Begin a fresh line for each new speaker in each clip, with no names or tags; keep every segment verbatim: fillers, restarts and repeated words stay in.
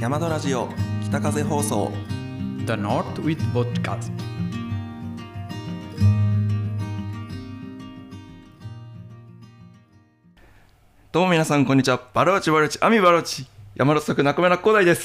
山田ラジオ北風放送
The North with Podcast。
どうも皆さんこんにちは。バローチバローチアミバローチ山田作中村光大です。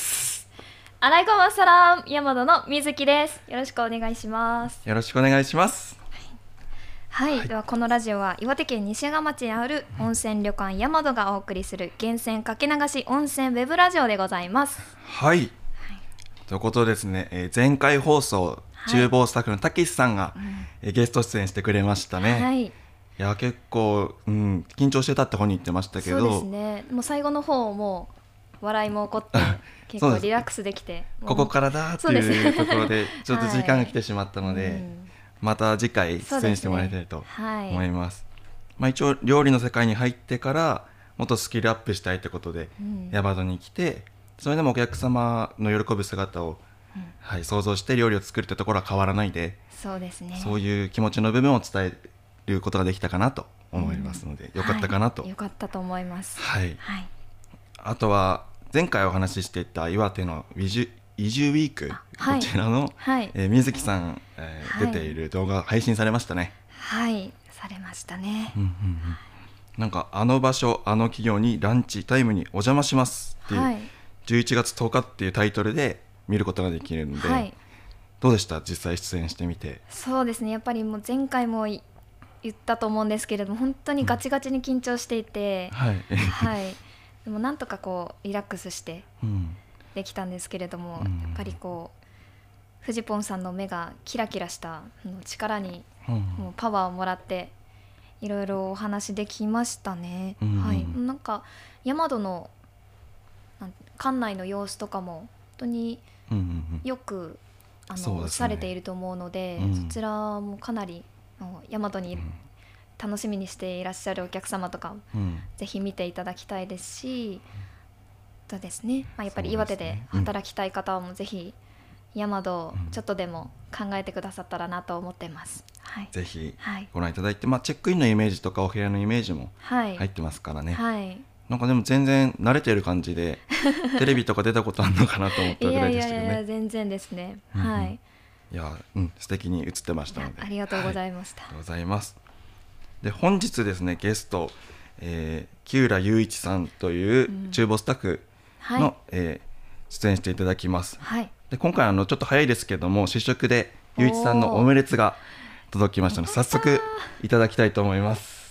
アライコマサラム山田の水木です。よろしくお願いします。
よろしくお願いします。
はい、
はい、
ではこのラジオは岩手県西川町にある温泉旅館山戸がお送りする源泉かけ流し温泉ウェブラジオでございます。
はい、はい、ということですね、えー、前回放送厨房スタッフのたけしさんが、はい、えー、ゲスト出演してくれましたね。はい、いや結構、うん、緊張してたって本人言ってましたけど、
そうですね、もう最後の方も笑いも起こって結構リラックスできて
ここからだっていうところでちょっと時間が来てしまったので、はい、うん、また次回出演してもらいたいと思います。まあ、一応料理の世界に入ってからもっとスキルアップしたいってことで、うん、ヤバドに来て、それでもお客様の喜ぶ姿を、うん、はい、想像して料理を作るってところは変わらないで、
そうですね、
そういう気持ちの部分を伝えることができたかなと思いますので、うん、よかったかなと、
はい、よかったと思います。
はい、はい、あとは前回お話ししていた岩手の移住移住ウィーク、はい、こちらの、はい、えー、水木さん、えーはい、出ている動画配信されましたね。
はい、されましたね。うんうんうん、
なんかあの場所あの企業にランチタイムにお邪魔しますっていう、はい、じゅういちがつとおかっていうタイトルで見ることができるので、はい、どうでした実際出演してみて。
そうですね、やっぱりもう前回も言ったと思うんですけれども、本当にガチガチに緊張していて、うん、はい、はい、でもなんとかこうリラックスしてできたんですけれども、うん、やっぱりこうフジポンさんの目がキラキラした力にもうパワーをもらっていろいろお話できましたね。うん、はい、なんか山戸の館内の様子とかも本当によくあの、ね、されていると思うので、うん、そちらもかなり山戸に楽しみにしていらっしゃるお客様とか、うん、ぜひ見ていただきたいですし、そうですね、まあ、やっぱり岩手で働きたい方はもうぜひ山戸をちょっとでも考えてくださったらなと思ってます。はい、
ぜひご覧いただいて、まあ、チェックインのイメージとかお部屋のイメージも入ってますからね。はい、なんかでも全然慣れている感じでテレビとか出たことあるのかなと思ったぐらいでしたけどね。
いやいやいや全然ですね。はい、
いや、うん、素敵に映ってましたので、
ありがとうございました。
はい、ありがとうございます。で本日ですねゲスト、えー、木浦雄一さんという厨房スタッフの、うん、はい、えー、出演していただきます。はい、で今回あのちょっと早いですけども試食で雄一さんのオムレツが届きましたので早速いただきたいと思います。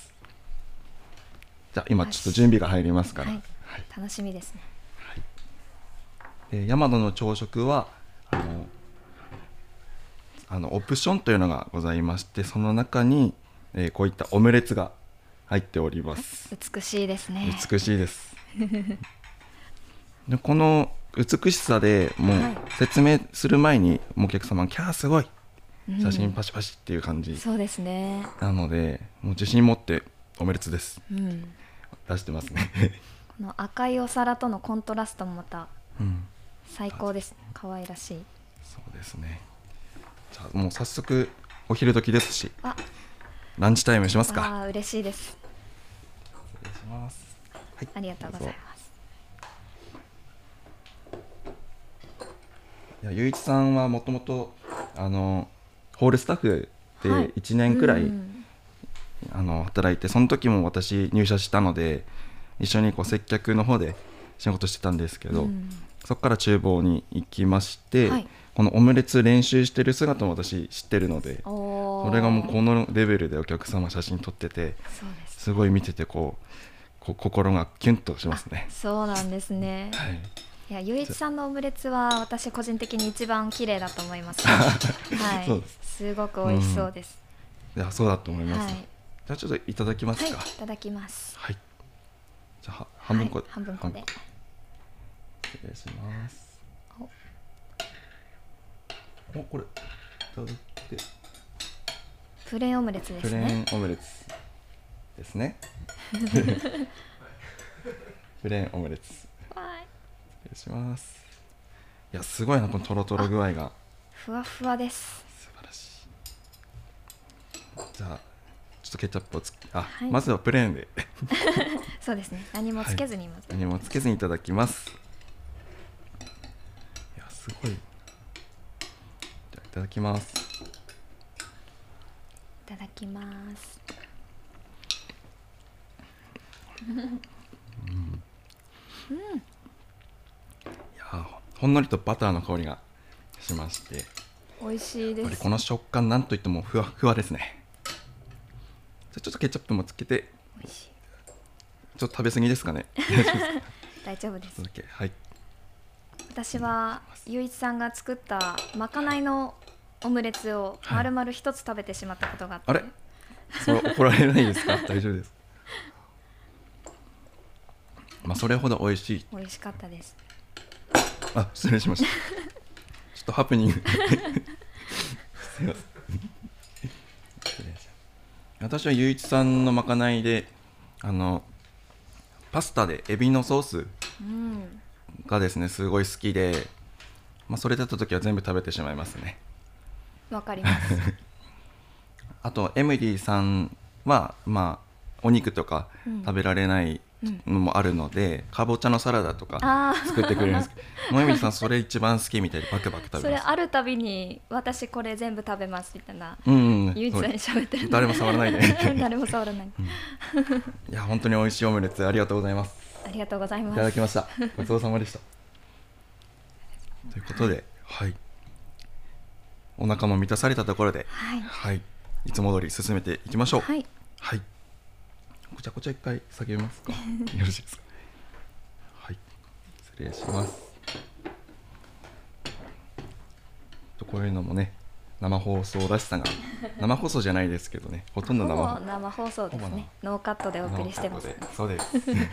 じゃあ今ちょっと準備が入りますから、はい
はい、楽しみですね。
はい、山戸の朝食はあのあのオプションというのがございまして、その中にえー、こういったオムレツが入っております。
美しいですね。
美しいですでこの美しさでもう説明する前にもうお客様キャーすごい写真パシパシっていう感じ、うん、
そうですね。
なのでもう自信持ってオムレツです、うん、出してますね
この赤いお皿とのコントラストもまた最高です、ね、うん、可愛らしい。
そうですね。じゃあもう早速お昼時ですし、あ、ランチタイムしますか。
あ、嬉しいです。
失礼します。はい、
ありがとうございます。
いや、ゆういちさんはもともとあのホールスタッフでいちねんくらい、はい、あの働いて、その時も私入社したので一緒にこう接客の方で仕事してたんですけど、うん、そこから厨房に行きまして、はい、このオムレツ練習してる姿も私知ってるので、それがもうこのレベルでお客様写真撮ってて、そうです、すごい見ててこう、こう心がキュンとしますね。
そうなんですね。はい、いや、ゆういちさんのオムレツは私個人的に一番綺麗だと思います、ねはい、そうです。すごく美味しそうです、
うん、いやそうだと思います、はい、じゃあちょっといただきますか。
はい、いただきます。
はい、じゃあ半分こ、はい、
半分こで
失礼します。おこれいただいて、
プレーンオムレツですね。
プレーンオムレツですねプレーンオムレツ、失礼します。いやすごいなこのトロトロ具合が
ふわふわです。
素晴らしい。じゃあちょっとケチャップをつあ、はい、まずはプレーンで
そうですね、何もつけずに、まず、
はい、何もつけずにいただきます。 すごい。じゃあいただきます。
いただきます。
うんうん、いやほんのりとバターの香りがしまして、
美味しいです。
やっぱりこの食感なんといってもふわふわですね。じゃちょっとケチャップもつけて、美味しい。ちょっと食べ過ぎですかね。
大丈夫です。
はい、
私はゆういちさんが作ったまかないのオムレツを丸々一つ食べてしまったことがあって、
はい、あれそれ怒られないですか？大丈夫です。まあそれほど美味しい。
美味しかったです。
あ、失礼しました。ちょっとハプニング。すみません。私はゆういちさんのまかないで、あのパスタでエビのソースがですね、すごい好きで、まあ、それだった時は全部食べてしまいますね。
わかります。
あとエミリーさんは、まあ、お肉とか食べられないのもあるので、うん、かぼちゃのサラダとか作ってくれるんですけど、もうエミリーさんそれ一番好きみたいでバクバク食べます。
それあるたびに私これ全部食べますみたいな、
うんうん、
ゆういちさんに喋ってる。
誰も触らないで。
誰も触らない。
うん、いや本当に美味しいオムレツありがとうございます。
ありがとうございます。
いただきました。ごちそうさまでした。ということで、はい、お腹も満たされたところで、
はい、
はい、いつも通り進めていきましょう。
はい、
はい、こちらこちら一回下げますか。よろしいですか。はい、失礼します。とこういうのもね、生放送らしさが生放送じゃないですけどね、ほとんど生放送、
生放送ですね。ノーカットでお送りしてます、ね。
そうです。失礼し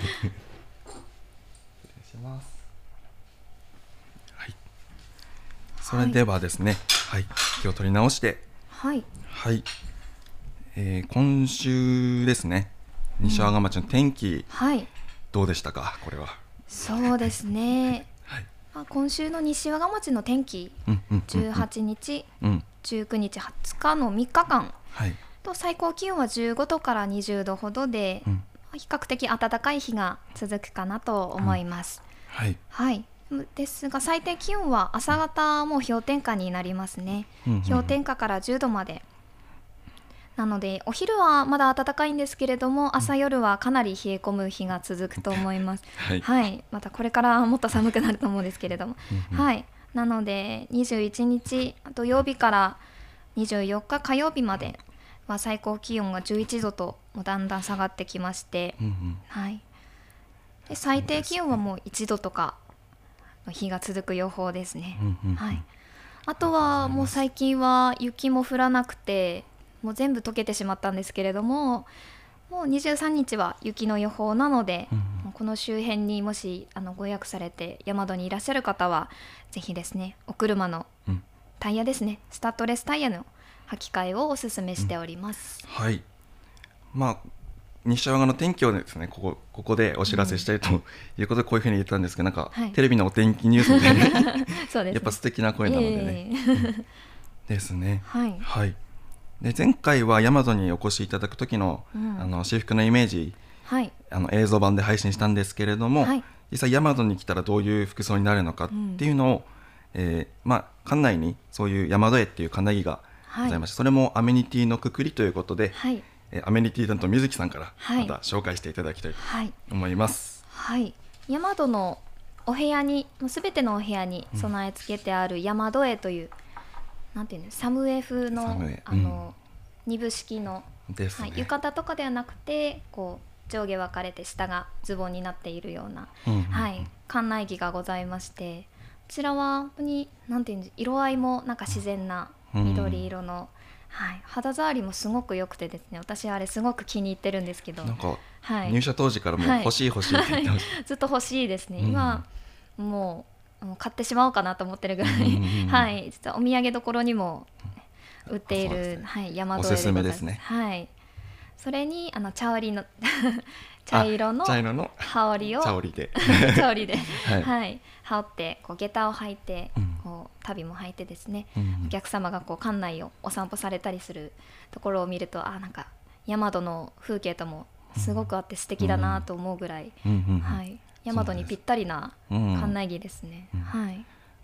ます。はい。それではですね、はい、気を取り直して、
はい、
はい、えー、今週ですね、西和賀町の天気、うん、はい、どうでしたか、これは。
そうですね。はい、まあ、今週の西和賀町の天気、うんうんうんうん、じゅうはちにち、うん、じゅうくにち、はつかのみっかかん、はい、と最高気温はじゅうごどからにじゅうどほどで、うん、比較的暖かい日が続くかなと思います。うん、はい、はい、ですが最低気温は朝方も氷点下になりますね。うんうん、氷点下からじゅうどまでなので、お昼はまだ暖かいんですけれども、朝夜はかなり冷え込む日が続くと思います。はい、はい、またこれからもっと寒くなると思うんですけれども、うん、はい、なのでにじゅういちにち土曜日からにじゅうよっか火曜日までは最高気温がじゅういちどともうだんだん下がってきまして、うんうん、はい、で最低気温はもういちどとかの日が続く予報ですね。うんうんうん、はい、あとはもう最近は雪も降らなくて、もう全部溶けてしまったんですけれども、もうにじゅうさんにちは雪の予報なので、うん、この周辺にもしあのご予約されて山戸にいらっしゃる方はぜひですね、お車のタイヤですね、スタッドレスタイヤの履き替えをおすすめしております。
うん、はい、まあ西和賀の天気をですね、ここ、ここでお知らせしたいということでこういうふうに言ったんですけど、なんか、はい、テレビのお天気ニュースみたいなそうです、ね、やっぱ素敵な声なのでね、えー、ですね。はい、はい、で前回は大和にお越しいただく時の、うん、あの私服のイメージ、はい、あの映像版で配信したんですけれども、はい、実際大和に来たらどういう服装になるのかっていうのを、うん、えーまあ、館内にそういう大和絵っていう館内着がございまして、はい、それもアメニティのくくりということで、はい、えー、アメニティ担当水木さんからまた紹介していただきたいと思います。
はい、はい、大和のお部屋に、もうすべてのお部屋に備え付けてある大和絵という、うん、なんていうの、サムエ風の、あの、うん、二部式の、ですね、はい、浴衣とかではなくてこう上下分かれて下がズボンになっているような、うんうんうん、はい、館内着がございまして、こちらは本当になんていうんです、色合いもなんか自然な緑色の、うん、はい、肌触りもすごく良くてですね、私あれすごく気に入ってるんですけど、
なんか、はい、入社当時からもう欲しい欲しいって言ってました、
はい、ずっと欲しいですね。今、うん、もうもう買ってしまおうかなと思ってるぐらい、うんうんうん、はい、実はお土産どころにも売っている、ね、はい、大和絵でございます。おすすめですね。はい、それにあの茶織の茶色の羽織を
茶織で
茶織で、はいはい、羽織ってこう下駄を履いて、うん、こう足袋も履いてですね、うん、お客様がこう館内をお散歩されたりするところを見ると、あ、なんか大和の風景ともすごくあって素敵だなと思うぐらい、うんうんうん、はい、大和にぴったりな館内着ですね。うんうんうん、はい、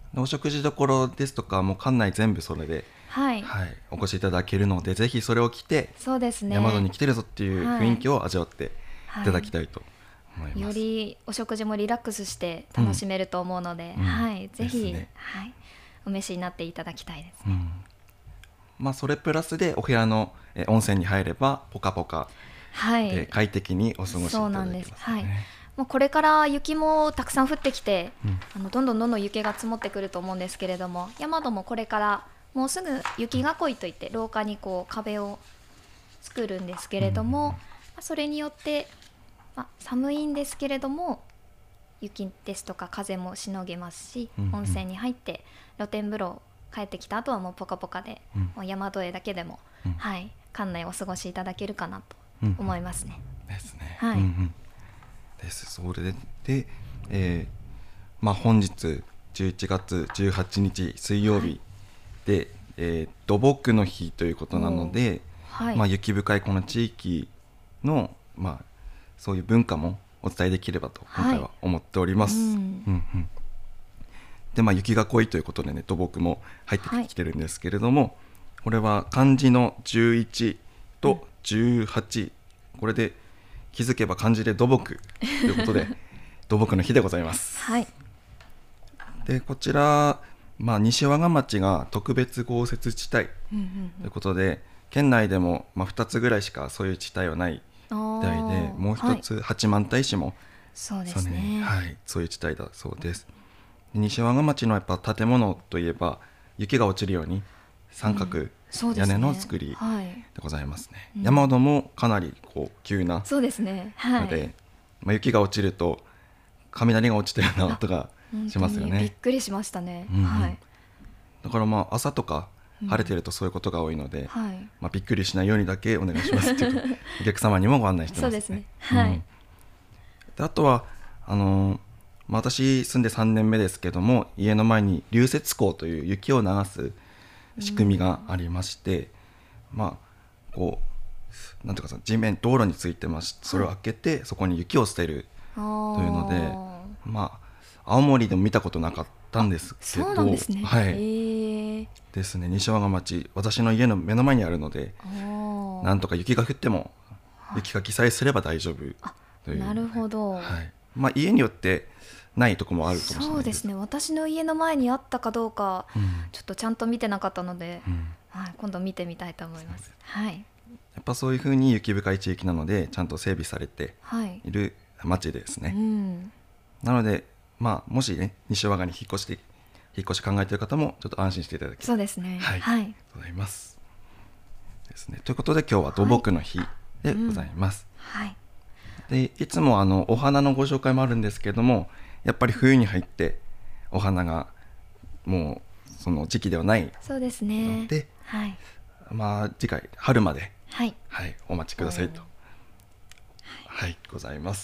お食事どころですとかもう館内全部それで、
はい
はい、お越しいただけるので、ぜひそれを着て、
そうですね、
山戸に来てるぞっていう雰囲気を味わっていただきたいと思います、
はい、よりお食事もリラックスして楽しめると思うので、うんはい、ぜひ、ねはい、お召しになっていただきたいです、ねうん
まあ、それプラスでお部屋のえ温泉に入ればポカポカで快適にお過ごしいただけます、ね、そうなんです、はい、
もうこれから雪もたくさん降ってきて、うん、あのどんどんどんどん雪が積もってくると思うんですけれども、山戸もこれからもうすぐ雪囲いといって廊下にこう壁を作るんですけれども、うんまあ、それによって、まあ、寒いんですけれども雪ですとか風もしのげますし、うんうん、温泉に入って露天風呂帰ってきた後はもうポカポカで、うん、もう山戸絵だけでも、うんはい、館内お過ごしいただけるかなと思いますね、
うん、ですね、はいうんうん、ですそれで、でえーまあ、本日じゅういちがつじゅうはちにち水曜日で、はいえー、土木の日ということなので、はいまあ、雪深いこの地域の、まあ、そういう文化もお伝えできればと今回は思っております、はいうんうんうんでまあ、雪囲いということでね土木も入ってきてるんですけれども、はい、これは漢字のじゅういちとじゅうはち、うん、これで気づけば漢字で土木ということで土木の日でございます、
はい、
でこちら、まあ、西和賀町が特別豪雪地帯ということで、うんうんうん、県内でもまあふたつぐらいしかそういう地帯はないみたいで、もう一つ、はい、八幡平市も
そうですね、
そうね、はい、そういう地帯だそうです。西和賀町のやっぱ建物といえば雪が落ちるように三角屋根の作りでございますね、うんすねはい、山戸もかなりこう急な
そうですね、はい
ので、まあ、雪が落ちると雷が落ちたような音がしますよね。
びっくりしましたね、
うんうん
はい、
だからまあ朝とか晴れてるとそういうことが多いので、うんはいまあ、びっくりしないようにだけお願いしますっていうお客様にもご案内してますね。
そうですね、はいうん、
であとはあのーまあ、私住んでさんねんめですけども、家の前に流雪溝という雪を流す仕組みがありまして、うん、まあこうなんていうかさ地面道路についてましそれを開けて、はい、そこに雪を捨てるというので、まあ青森でも見たことなかったんですけど、
そうなんですね、
はい
へー
ですね、西和賀町私の家の目の前にあるので、なんとか雪が降っても雪かきさえすれば大丈夫という。
なるほど、
はいまあ、家によってないとこもあるかもしれないです。
そうですね、私の家の前にあったかどうか、うん、ちょっとちゃんと見てなかったので、うんはい、今度見てみたいと思います。はい、
やっぱそういう風に雪深い地域なのでちゃんと整備されている町ですね、はいうん、なので、まあ、もしね西和賀に引っ越して引っ越し考えている方もちょっと安心していただき
そうですね、
はい、はい、ございますですね。ということで今日は土木の日でございます、
はいうんはい
でいつもあのお花のご紹介もあるんですけども、やっぱり冬に入ってお花がもうその時期ではないので、
そうですね、はい、
まあ次回春まで、
はい
はい、お待ちくださいと、はい、はい、ございます。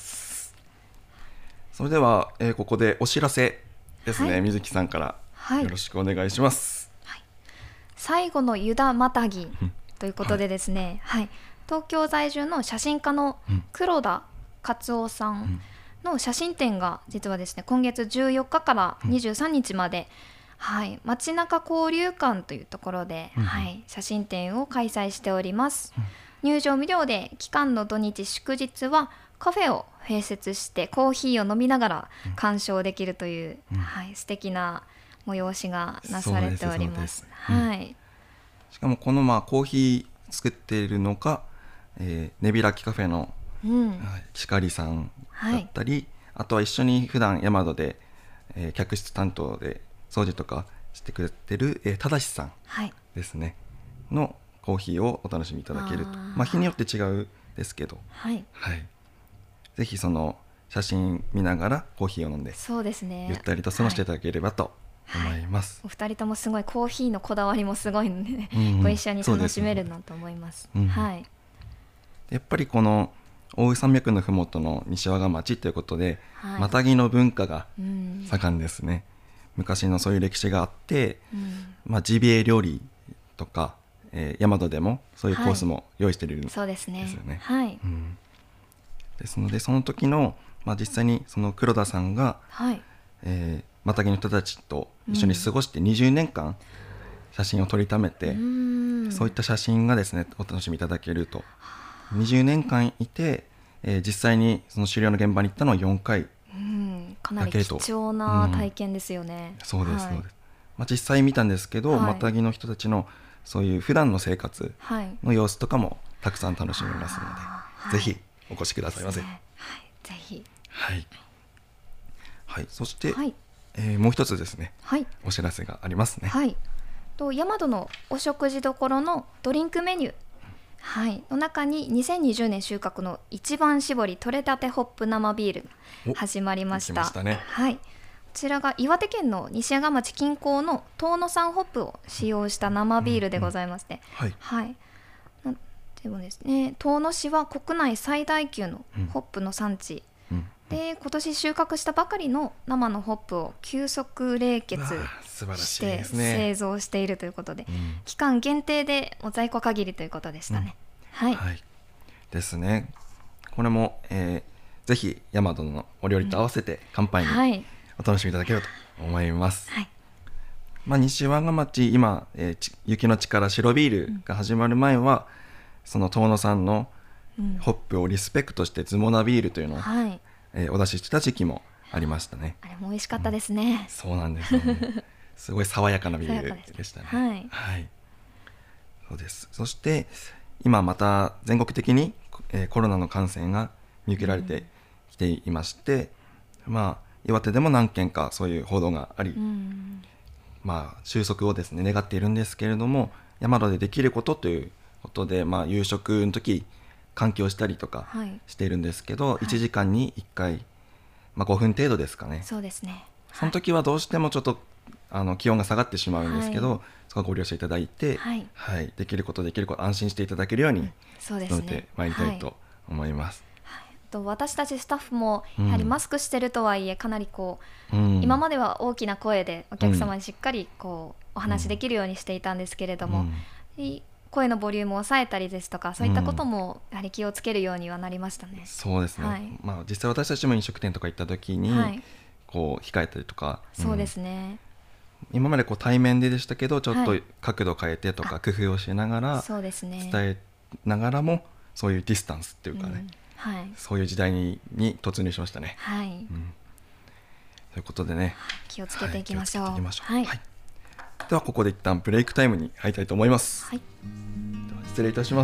それでは、えー、ここでお知らせですね、はい、水木さんからよろしくお願いします、
はい、最後の湯田またぎということでですね、はいはい、東京在住の写真家の黒田勝夫さんの写真展が実はですね今月じゅうよっかからにじゅうさんにちまで、うんはい、街中交流館というところで、うんはい、写真展を開催しております、うん、入場無料で期間の土日祝日はカフェを併設してコーヒーを飲みながら鑑賞できるという、うんはい、素敵な催しがなされております。はい、
しかもこのまあコーヒー作っているのが、えー、ねびらきカフェの
うん
しかりさんだったり、はい、あとは一緒に普段山戸で、えー、客室担当で掃除とかしてくれてる、えー、ただしさんですね、はい、のコーヒーをお楽しみいただけると、まあ、日によって違うですけど、
はいはい、
ぜひその写真見ながらコーヒーを飲んで
そうですね、
ゆったりと過ごしていただければと思います、
はいはい、お二人ともすごいコーヒーのこだわりもすごいので、ねうんうん、ご一緒に楽しめるなと思います、うんはい、
やっぱりこの奥羽山脈のふもとの西和賀町ということで、はい、マタギの文化が盛んですね、うん、昔のそういう歴史があって、うんまあ、ジビエ料理とか、えー、大和でもそういうコースも用意しているんですよね、はい、そうですね、はいうん、ですのでその時の、まあ、実際にその黒田さんが、はいえー、 マタギの人たちと一緒に過ごしてにじゅうねんかん写真を撮りためて、うん、そういった写真がですねお楽しみいただけると。にじゅうねんかんいて、えー、実際にその狩猟の現場に行ったのはよんかいだけと、うん、
かなり貴重な体験ですよね、
うん、そうです、はい、そうです、まあ、実際見たんですけど、はい、マタギの人たちのそういう普段の生活の様子とかもたくさん楽しめますので、はい、ぜひお越しくださいませ、ね、
はい、ぜひ、
はいはい、そして、
はい、
えー、もう一つですね、
はい、
お知らせがありますね。
はい、と大和のお食事処のドリンクメニュー、はい、の中ににせんにじゅうねん収穫の一番搾り取れたてホップ生ビールが始まりました。
できましたね。
はい、こちらが岩手県の西山町近郊の遠野産ホップを使用した生ビールでございまして、うんうん、はい、はい、なんでもですね、遠野市は国内最大級のホップの産地、うんうんで今年収穫したばかりの生のホップを急速冷結して製造しているということで、うん、期間限定でも在庫限りということでしたね、うん、はい、はい、
ですね。これも、えー、ぜひ大和のお料理と合わせて乾杯にお楽しみいただければと思います、うん、はい、まあ、西和賀町今、えー、雪の力白ビールが始まる前は、うん、その遠野産のホップをリスペクトしてズモナビールというのを、はい、えー、お出ししてた時期もありましたね。
あれも美味しかったですね、
うん、そうなんですよねすごい爽やかなビールでしたね。
はい、
はい、そうです。そして今また全国的に、えー、コロナの感染が見受けられてきていまして、うん、まあ岩手でも何件かそういう報道があり、うん、まあ収束をですね願っているんですけれども、大和でできることということで、まあ夕食の時換気をしたりとかしているんですけど、はい、いちじかんにいっかい、まあ、ごふん程度ですかね。
そうですね。
その時はどうしてもちょっとあの気温が下がってしまうんですけど、はい、そこはご了承いただいて、はいはい、できることできること安心していただけるように努めてまいりたいと思います。
はいはい、と私たちスタッフもやはりマスクしてるとはいえかなりこう、うん、今までは大きな声でお客様にしっかりこうお話できるようにしていたんですけれども、うん、声のボリュームを抑えたりですとかそういったこともやはり気をつけるようにはなりましたね、うん、
そうですね、はい、まあ、実際私たちも飲食店とか行った時に、はい、こう控えたりとか、
うん、そうですね、
今までこう対面ででしたけどちょっと角度変えてとか工夫をしながら伝えながらもそういうディスタンスっていうかね、うん、はい、そういう時代 に, に突入しましたね、はい、うん、ということでね、
気をつけていきましょう、
はい、気をつけていきましょう、はいはい、ではここで一旦ブレイクタイムに入りたいと思います、はい、では失礼いたします。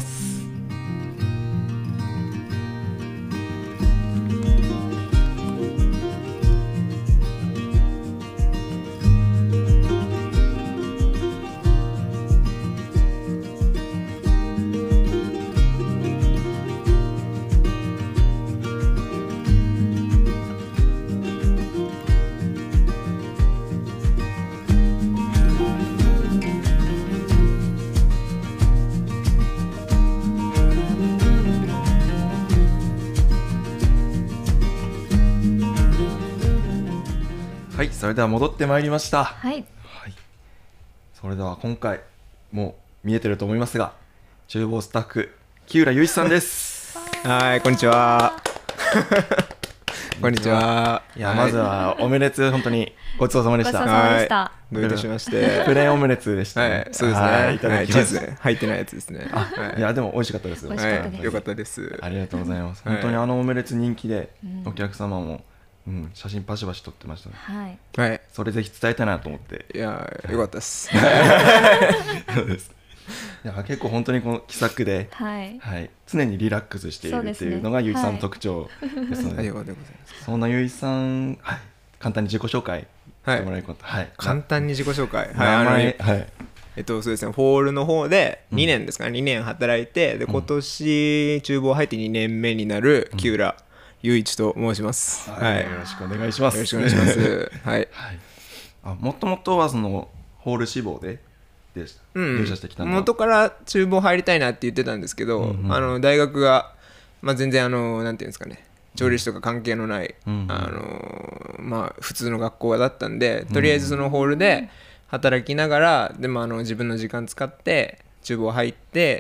はい、それでは戻ってまいりました。はい、はい、それでは今回もう見えてると思いますが、厨房スタッフ木浦雄一さんです
はい、こんにちはこんにちは。
いや、まずはオムレツ本当にごちそうさまでした。
ごちそうさまでした、は
い、どういたしまして
プレーンオムレツでしたね、
はい、そうですね、はい、いただきました、はい、チーズ入ってないやつですね。
あ、はい、いやでも美味しかったです。
美味しかったです、
はい、よかったです。
ありがとうございます、はい、本当にあのオムレツ人気で、うん、お客様もうん、写真パシパシ撮ってましたね。はい、それぜひ伝えたいなと思って。
いや、よかったです。
そうです。いや、結構本当にこの気さくで、はいはい、常にリラックスしているっていうのがゆいさんの特徴ですので、はい、そんなゆいさん、はい、簡単に自己紹介してもらえること、はいはい、
簡単に自己紹介、はい、あの、はい、えっとそうですね、ホールの方でにねんですかね、うん、にねん働いて、で今年厨房入ってにねんめになる木浦雄一と申します、
はいはい、よろしくお願いします。
よろしくお願いしますはい、
はい、あ、もともとはそのホール志望ででした、うん、入社してきたのは
元から厨房入りたいなって言ってたんですけど、うんうん、あの大学が、まあ、全然あのなんていうんですかね、調理師とか関係のない、うん、あのまあ、普通の学校だったんで、とりあえずそのホールで働きながら、でもあの自分の時間使って厨房入って、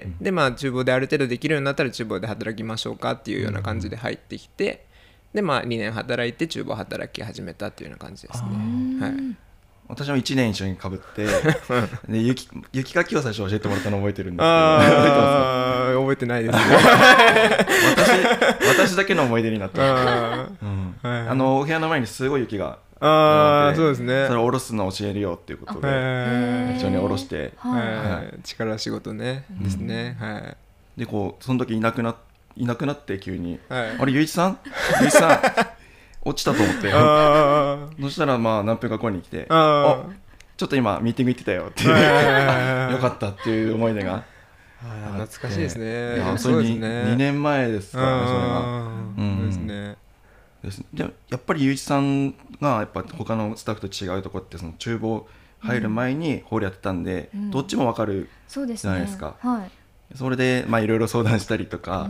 うん、でまあ厨房である程度できるようになったら厨房で働きましょうかっていうような感じで入ってきて、 でまあにねん働いて厨房働き始めたっていうような感じですね。はい、
私もいちねん一緒にかぶってで 雪, 雪かきを最初教えてもらったの覚えてるんですけど
あ覚えてないですね
私, 私だけの思い出になった。あ、うんはい、あのお部屋の前にすごい雪が
あそうですね。
それを下ろすのを教えるよっていうことで一緒に下ろして、
はいはい、力仕事ね、うん、ですね、はい、
でこうその時いなくないなくなって急に、はい、あれゆういちさんゆういちさん落ちたと思ってそしたらまあ何分か後に来てあちょっと今ミーティング行ってたよっていうよかったっていう思い出が
あ懐かしいですね。
いやそうですねにねんまえですからねそれが、
うん、ですね。
ですでやっぱりゆういちさんがやっぱ他のスタッフと違うところってその厨房入る前にホールやってたんで、うん、どっちも分かるじゃないですか。
そうですね、はい、
それでまあいろいろ相談したりとか、うん、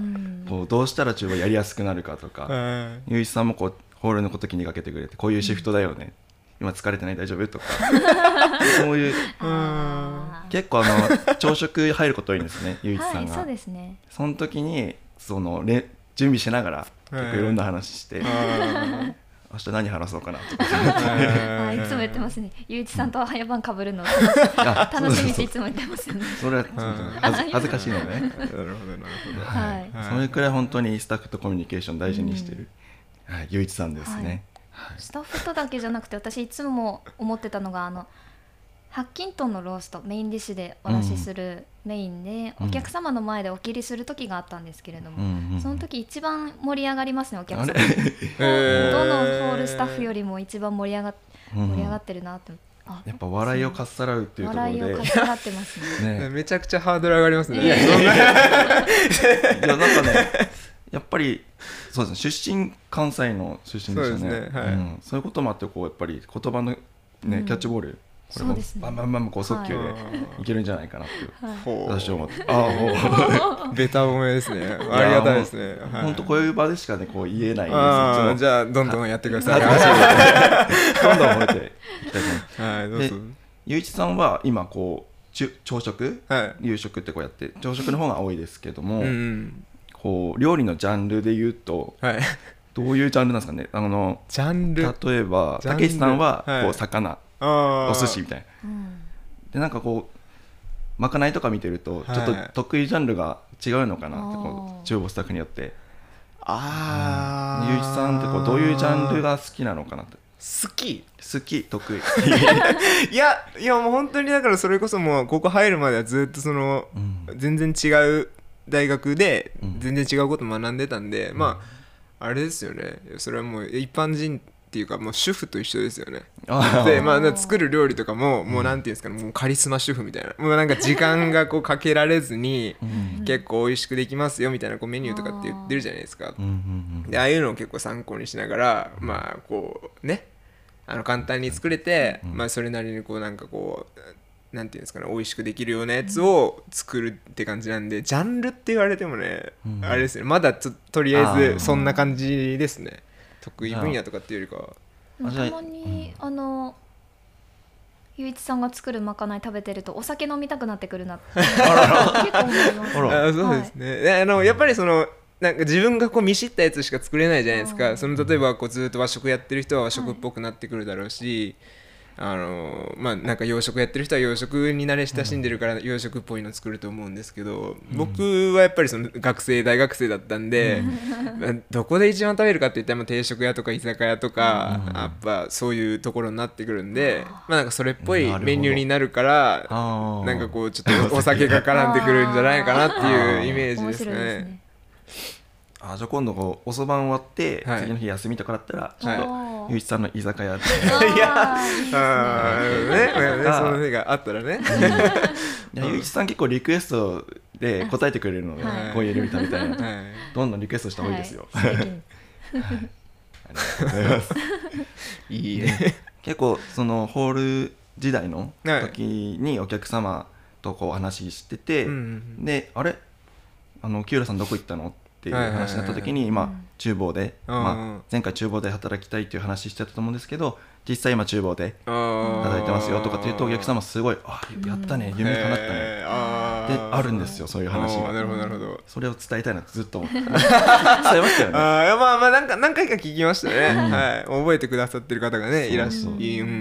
こうどうしたら厨房やりやすくなるかとか、うん、ゆういちさんもこうホールの時にかけてくれてこういうシフトだよね、うん、今疲れてない大丈夫とかそういう結構あの朝食入ること多いんですねゆういちさんが、はい、そうですね。その時にその準備しながら結構いろんな話して、明日何話そうかなとか
あいつも言ってますね。ゆういちさんと早番かぶるの楽しみっていつも言ってますよね。
それは恥ずかしいのでね。なるほどなるほど。はい。それくらい本当にスタッフとコミュニケーション大事にしてる、うんはい、ゆういちさんですね、
はい。スタッフとだけじゃなくて私いつも思ってたのがあのハッキントンのローストメインディッシュでお出しするメインで、うん、お客様の前でお切りする時があったんですけれども、うん、その時一番盛り上がりますねお客様。どのホールスタッフよりも一番盛り上が、盛り上がってるなって、
あやっぱ笑いをかっさらうっていうところで
笑いをかっさらってますね。
ねめちゃくちゃハードル上がりますね。いや
なんかねやっぱりそうですね出身関西の出身でしたね。そうですね、はいうん、そういうこともあってこうやっぱり言葉の、ねうん、キャッチボールこれもバンバンバンこう速球でいけるんじゃないかなっていう私は思って、あ
あベタ褒めですね。ありがたいですね。
本当こういう場でしかねこう言えないんです。
あじゃあどんどんやってください。
どんどん褒めていきたいと思います。はいどうぞ。ゆういちさんは今こう朝食、はい、夕食ってこうやって朝食の方が多いですけども、うん、こう料理のジャンルで言うと、はい、どういうジャンルなんですかね。あの
ジャンル
例えばたけしさんはこう魚、はいお寿司みたいな、うん、でなんかこうまかないとか見てるとちょっと得意ジャンルが違うのかなってこう厨房スタッフによってああゆういちさんってこうどういうジャンルが好きなのかなって。
好き
好き得意
いやいやもう本当にだからそれこそもうここ入るまではずっとその、うん、全然違う大学で全然違うこと学んでたんで、うん、まああれですよねそれはもう一般人っていうかもう主婦と一緒ですよね。でまあ作る料理とかももうなんていうんですかねもうカリスマ主婦みたいなもうなんか時間がこうかけられずに結構美味しくできますよみたいなこうメニューとかって言ってるじゃないですか。でああいうのを結構参考にしながらまあこうねあの簡単に作れてまあそれなりにこうなんかこうなんていうんですかね美味しくできるようなやつを作るって感じなんでジャンルって言われてもねあれですねまだ と, とりあえずそんな感じですね。得意分野とかっていうよりかは
たまに、うん、あのゆういちさんが作るまかない食べてるとお酒飲みたくなってくるなって結構思います、ね、
あそうですね、はい、あのやっぱりそのなんか自分がこう見知ったやつしか作れないじゃないですか。その例えばこうずっと和食やってる人は和食っぽくなってくるだろうし、はい、あのまあなんか洋食やってる人は洋食に慣れ親しんでるから洋食っぽいの作ると思うんですけど、うん、僕はやっぱりその学生大学生だったんで、うん、どこで一番食べるかって言ったら定食屋とか居酒屋とか、うん、やっぱそういうところになってくるんで、まあなんかそれっぽいメニューになるからなんかこうちょっとお酒が絡んでくるんじゃないかなっていうイメージですね。
あじゃあ今度こうおそばん終わって、はい、次の日休みとかだったらちょっとゆういちさんの居酒屋でいや
あねねその日があったらね
ゆういちさん結構リクエストで答えてくれるので、はい、こういう料理食べたいなと、はい、どんどんリクエストした方がいいですよ、はいはい、ありがとうございますいいね結構そのホール時代の時にお客様とこう話してて、はい、であれあの木浦さんどこ行ったのっていう話になった時に今厨房で、まあ、前回厨房で働きたいっていう話してたと思うんですけど実際今厨房で働いてますよとかっていうとお客様すごいあやったね夢叶ったねっあるんですよ、そういう話が。
なるほどなるほど。
それを伝えたいなってずっと思って伝えましたよね。
あいやまあまあなんか何回か聞きましたね、うん、はい、覚えてくださってる方がねいらっしゃい、うんうん、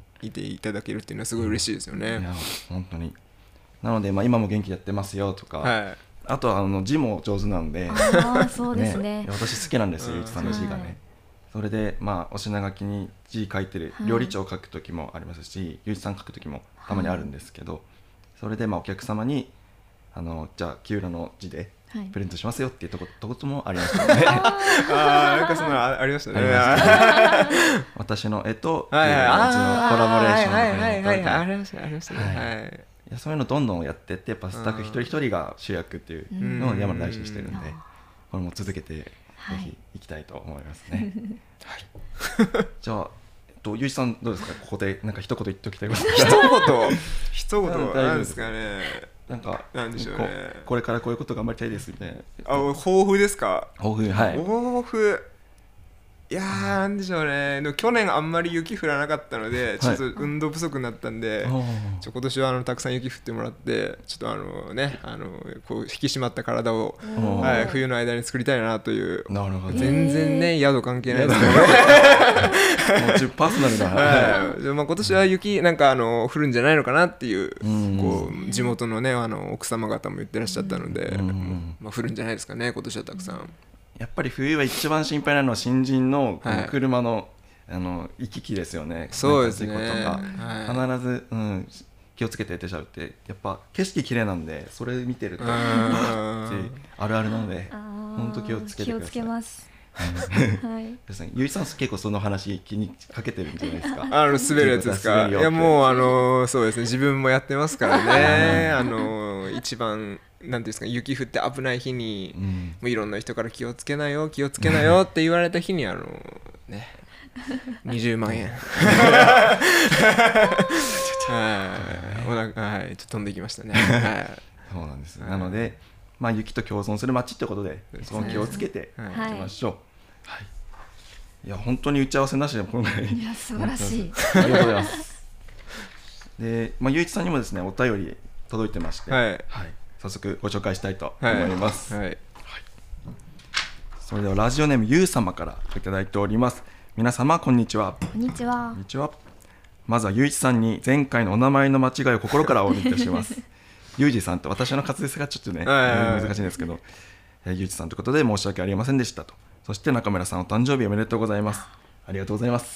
いていただけるっていうのはすごい嬉しいですよね。
いや本当に。なので、まあ、今も元気やってますよとか、はい、あとはあの字も上手なんで、
あそうですね、
ね、私好きなんですよ、ゆういちさんの字がね、はい、それで、まあ、お品書きに字書いてる、料理長書く時もありますし、ゆういちさん書く時もたまにあるんですけど、はい、それでまあお客様にあのじゃあ木浦の字でプレゼントしますよっていうとことこともありましたね。
ああなんかそんなありましたね。
私の絵と木浦の字のコラボレーション
はいはいはいありましたありましたね。はい。
いやそういうのどんどんやってってやっぱスタッフ一人一人が主役っていうのを山田大事にしてるんで、これも続けてぜひいきたいと思いますね。はい。じゃあゆういちさんどうですか、ここでなんか一言言っておきたいこと。
一言一言なんですかね。
なんか
なんでしょうね。
こ, これからこういうこと頑張りたいですみたいな。
あ、抱負ですか。
抱負、はい。
抱負。いやーなんでしょうね。でも去年あんまり雪降らなかったのでちょっと運動不足になったんで、はい、ちょ今年はあのたくさん雪降ってもらってちょっとあのねあのこう引き締まった体を、はい、冬の間に作りたいなという。なるほど。全然ね宿関係ないですけどね。
もうパーソナルな。
はい。でまあ今年は雪なんかあの降るんじゃないのかなっていうこう地元のねあの奥様方も言ってらっしゃったので、まあ降るんじゃないですかね今年はたくさん。
やっぱり冬は一番心配なのは新人のこの車の、はい、あの行き来ですよね。
そうですね。
ことか、はい、必ず、うん、気をつけて出ちゃうってやっぱ景色綺麗なんでそれ見てるとあるあるなので本当気をつけてください。気をつけます。はい。ゆういちさん結構その話気にかけてるんじゃないですか。
あの滑るやつですか。いやもうあのそうですね自分もやってますからね。あの一番なんていうんですか雪降って危ない日に、うん、もういろんな人から気をつけなよ気をつけなよって言われた日にあのねにじゅうまんえんはいお腹はいちょっと飛んできましたね。はい。
そうなんです。なのでまあ雪と共存する街ってことでその気をつけていきましょう。はい。いや本当に打ち合わせなしで今回
いや素晴らしい。
ありがとうございます。で、まあゆういちさんにもですねお便り届いてまして、はい。はい、早速ご紹介したいと思います。はい。はいはい、それではラジオネームゆう様からいただいております。皆様こんにちは。
こんにちは。
こんにちは。まずはゆういちさんに前回のお名前の間違いを心からお詫びいたします。ゆうじさんと私の滑舌がちょっとね難しいんですけど、ゆうじさんということで申し訳ありませんでしたと。そして中村さんお誕生日おめでとうございます。ありがとうございます。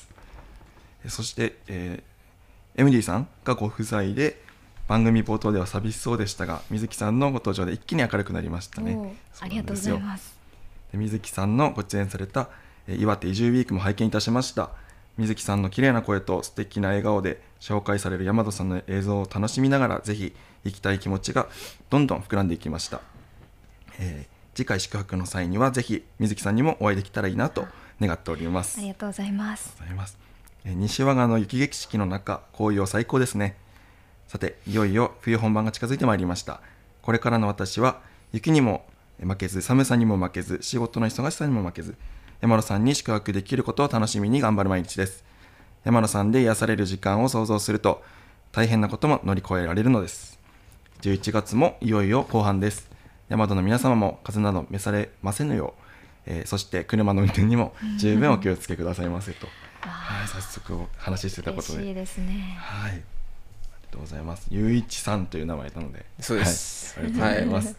そして、えー、エムディー さんがご夫妻で番組冒頭では寂しそうでしたが水木さんのご登場で一気に明るくなりましたね。
ありがとうございます。
で水木さんのご出演された、えー、岩手移住ウィークも拝見いたしました。水木さんの綺麗な声と素敵な笑顔で紹介される大和さんの映像を楽しみながらぜひ行きたい気持ちがどんどん膨らんでいきました。えー、次回宿泊の際にはぜひ水木さんにもお会いできたらいいなと願っております。
ありがとうございます。
ありがとうございます。えー、西和賀の雪景色の中紅葉最高ですね。さていよいよ冬本番が近づいてまいりました。これからの私は雪にも負けず寒さにも負けず仕事の忙しさにも負けず山野さんに宿泊できることを楽しみに頑張る毎日です。山野さんで癒される時間を想像すると大変なことも乗り越えられるのです。じゅういちがつもいよいよ後半です。山野の皆様も風邪など召されませぬよう、えー、そして車の運転にも十分お気をつけくださいませとはい、早速お話ししてたことで
嬉しいですね。
はい、ありがとうございます。ゆういちさんという名前なので
そうです、
はい、ありがとうございます、はい、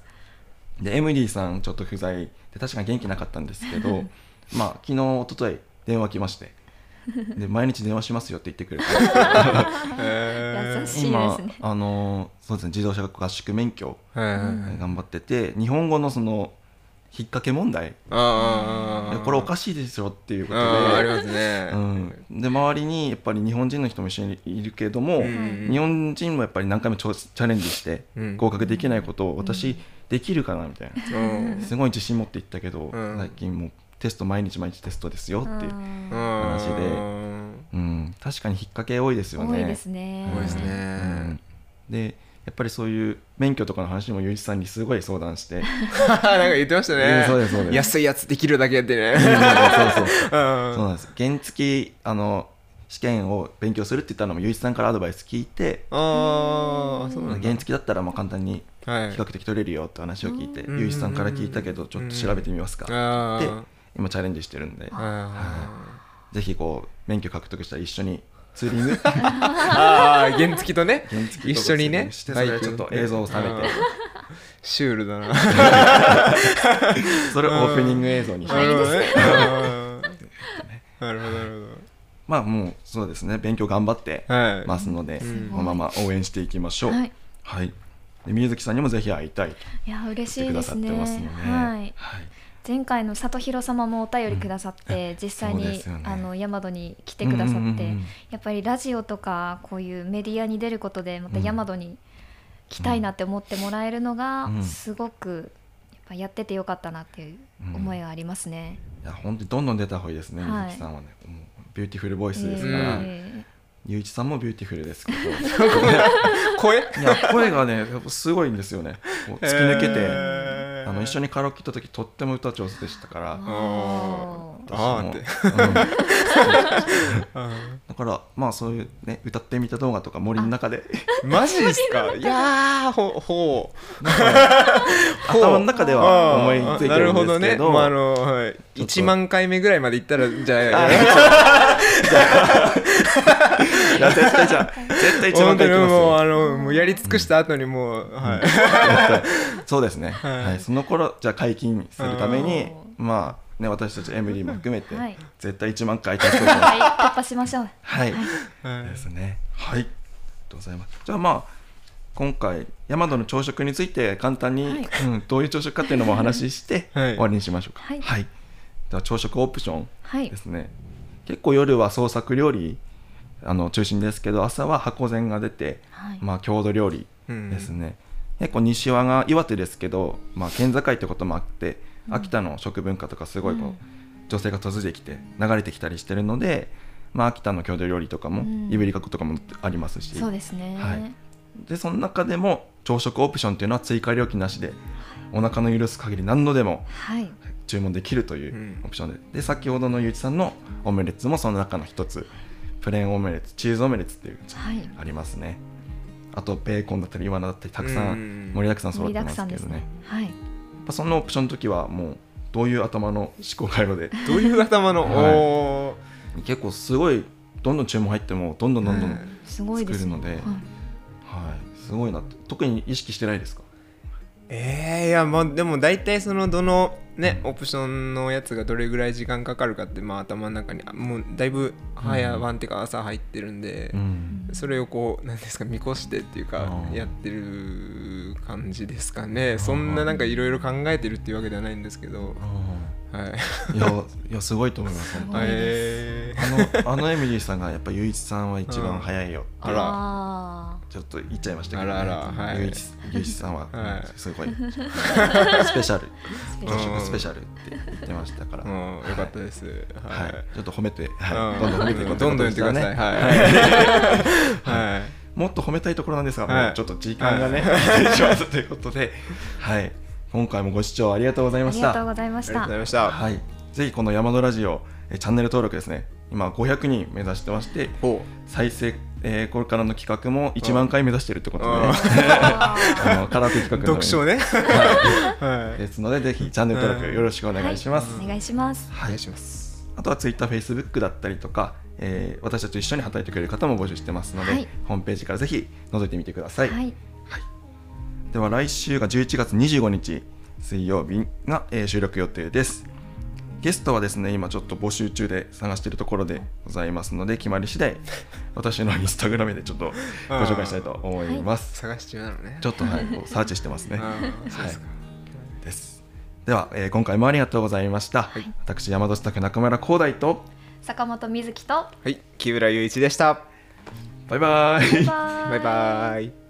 でエムディーさんちょっと不在で確かに元気なかったんですけどまあ昨日一昨日電話来ましてで毎日電話しますよって言ってくれて
優しいですね。
今あのそうですね自動車合宿免許頑張ってて日本語のその引っ掛け問題あこれおかしいですよっていうことで
あ, ありますね、
うん、で周りにやっぱり日本人の人も一緒にいるけども、うん、日本人もやっぱり何回もチャレンジして合格できないことを私できるかなみたいな、うん、すごい自信持って言ったけど、うん、最近もうテスト毎日毎日テストですよっていう話で、うん、確かに引っ掛け多いですよね。
多いですね。
多いですね、
うん、でやっぱりそういう免許とかの話もゆういちさんにすごい相談して
なんか言ってましたね、
うん、そうですそうです
安いやつできるだけでね、
うん、そうそうそうそうなんです。原付あの試験を勉強するって言ったのもゆういちさんからアドバイス聞いて、
ああそうなんだ。
原付だったらまあ簡単に比較的取れるよって話を聞いて、ゆういちさんから聞いたけどちょっと調べてみますかって今チャレンジしてるんで、はい、ぜひこう免許獲得したら一緒にツーリング
ああ原付とね一緒にね
して、それちょっと映像を収めて
シュールだな
それをオープニング映像にして
なるほどねなるほどなるほど。
まあもうそうですね、勉強頑張ってますので、はい、このまま応援していきましょう。はい、はい、で宮崎さんにもぜひ会いたいと言ってくださってますので、
はい、前回の里弘様もお便りくださって、うん、実際に、ね、あの大和に来てくださって、うんうんうん、やっぱりラジオとかこういうメディアに出ることでまた大和に来たいなって思ってもらえるのがすごくやっぱやっててよかったなっていう思いがありますね。
うん、いや本当にどんどん出た方がいいですね、宮崎さんはね、もうビューティフルボイスですから、えー、ゆういちさんもビューティフルですけど
声い
や声がねすごいんですよね。こう突き抜けて、えー、あの一緒にカラオケ行った時とっても歌上手でしたから、あ
あって、うん、
だからまあそういうね歌ってみた動画とか森の中で
マジですか。いやーほほう
頭の中では思いついてるんですけど、
まああのはい、いちまんかいめぐらいまでいったらじゃあ
いや絶対じゃ絶対いちまんかいいきますよ。
もうあのもうやり尽くした後にもう、うん、はい
そうですね、はいはい、その頃じゃあ解禁するためにまあね、私たち エムディー も含めて、はい、絶対いちまんかい達成します。
はい、突破しましょう。
はい、はい、ですね。はい、ありがとうございます。じゃあまあ今回大和の朝食について簡単に、はい、うん、どういう朝食かっていうのもお話しして終わりにしましょうか。はい。はい、では朝食オプションですね。はい、結構夜は創作料理あの中心ですけど、朝は箱膳が出て、はい、まあ郷土料理ですね。うん、結構西和が岩手ですけど、まあ県境ってこともあって。秋田の食文化とかすごいこう、うん、女性が嫁いできて流れてきたりしてるので、まあ、秋田の郷土料理とかも、うん、いぶりがことかもありますし、
そうですね、
はい、でその中でも朝食オプションっていうのは追加料金なしでお腹の許す限り何度でも注文できるというオプションで、はい、で先ほどのゆういちさんのオムレツもその中の一つプレーンオムレツチーズオムレツっていうありますね、はい、あとベーコンだったりイワナだったりたくさん盛りだくさん揃ってますけど ね, ね、はい、そのオプションの時はもうどういう頭の思考回路で
どういう頭の、
はい、結構すごいどんどん注文入ってもどんどんどんどん作るので、はいはい、すごいなって特に意識してないですか？
えー、いやまあでも大体そのどのねオプションのやつがどれぐらい時間かかるかってまあ頭の中にもうだいぶ早晩っていうか朝入ってるんで、うん、それをこうなんですか見越してっていうかやってる感じですかね。そんななんかいろいろ考えてるっていうわけではないんですけど、はい、
いやいやすごいと思います。えー、あのあのエミリーさんがやっぱゆういちさんは一番早いよってあらちょっと言っちゃいましたけど、ね、あらあら、はい、ゆういち、ゆういちさんはすごい、はい、スペシャル朝食スペシャルって言ってましたから、
うん、よかったです、
はいはい、ちょっと褒めて、はい、どんどん褒めていこうということですね。
どんどん言ってください、はい
はい、もっと褒めたいところなんですが、はい、もうちょっと時間がね、はい、しますということで、はい、今回もご視聴ありがとうございました。
ありがとうございました。
ありがとうございました。
はい、ぜひこの山のラジオえチャンネル登録ですね、今ごひゃくにん目指してまして、再生、えー、これからの企画もいちまんかい目指しているということで、ね、あのカラオケ企画の
読書ね、
はい、ですのでぜひチャンネル登録よろしくお願いします。
はい、お願いします。
はい、あとは Twitter、Facebook だったりとか、えー、私たちと一緒に働いてくれる方も募集してますので、はい、ホームページからぜひ覗いてみてください。はいはい、では来週がじゅういちがつにじゅうごにち水曜日が、えー、収録予定です。ゲストはですね今ちょっと募集中で探しているところでございますので決まり次第私のインスタグラムでちょっとご紹介したいと思います。
探し中なのね。
ちょっと、はい、こうサーチしてますね。はい、です。では、えー、今回もありがとうございました。はい、私山戸スタッフ中村光大と
坂本瑞希と、
はい、木浦雄一でした。
バイバイ。
バイバイ。
バイバイ。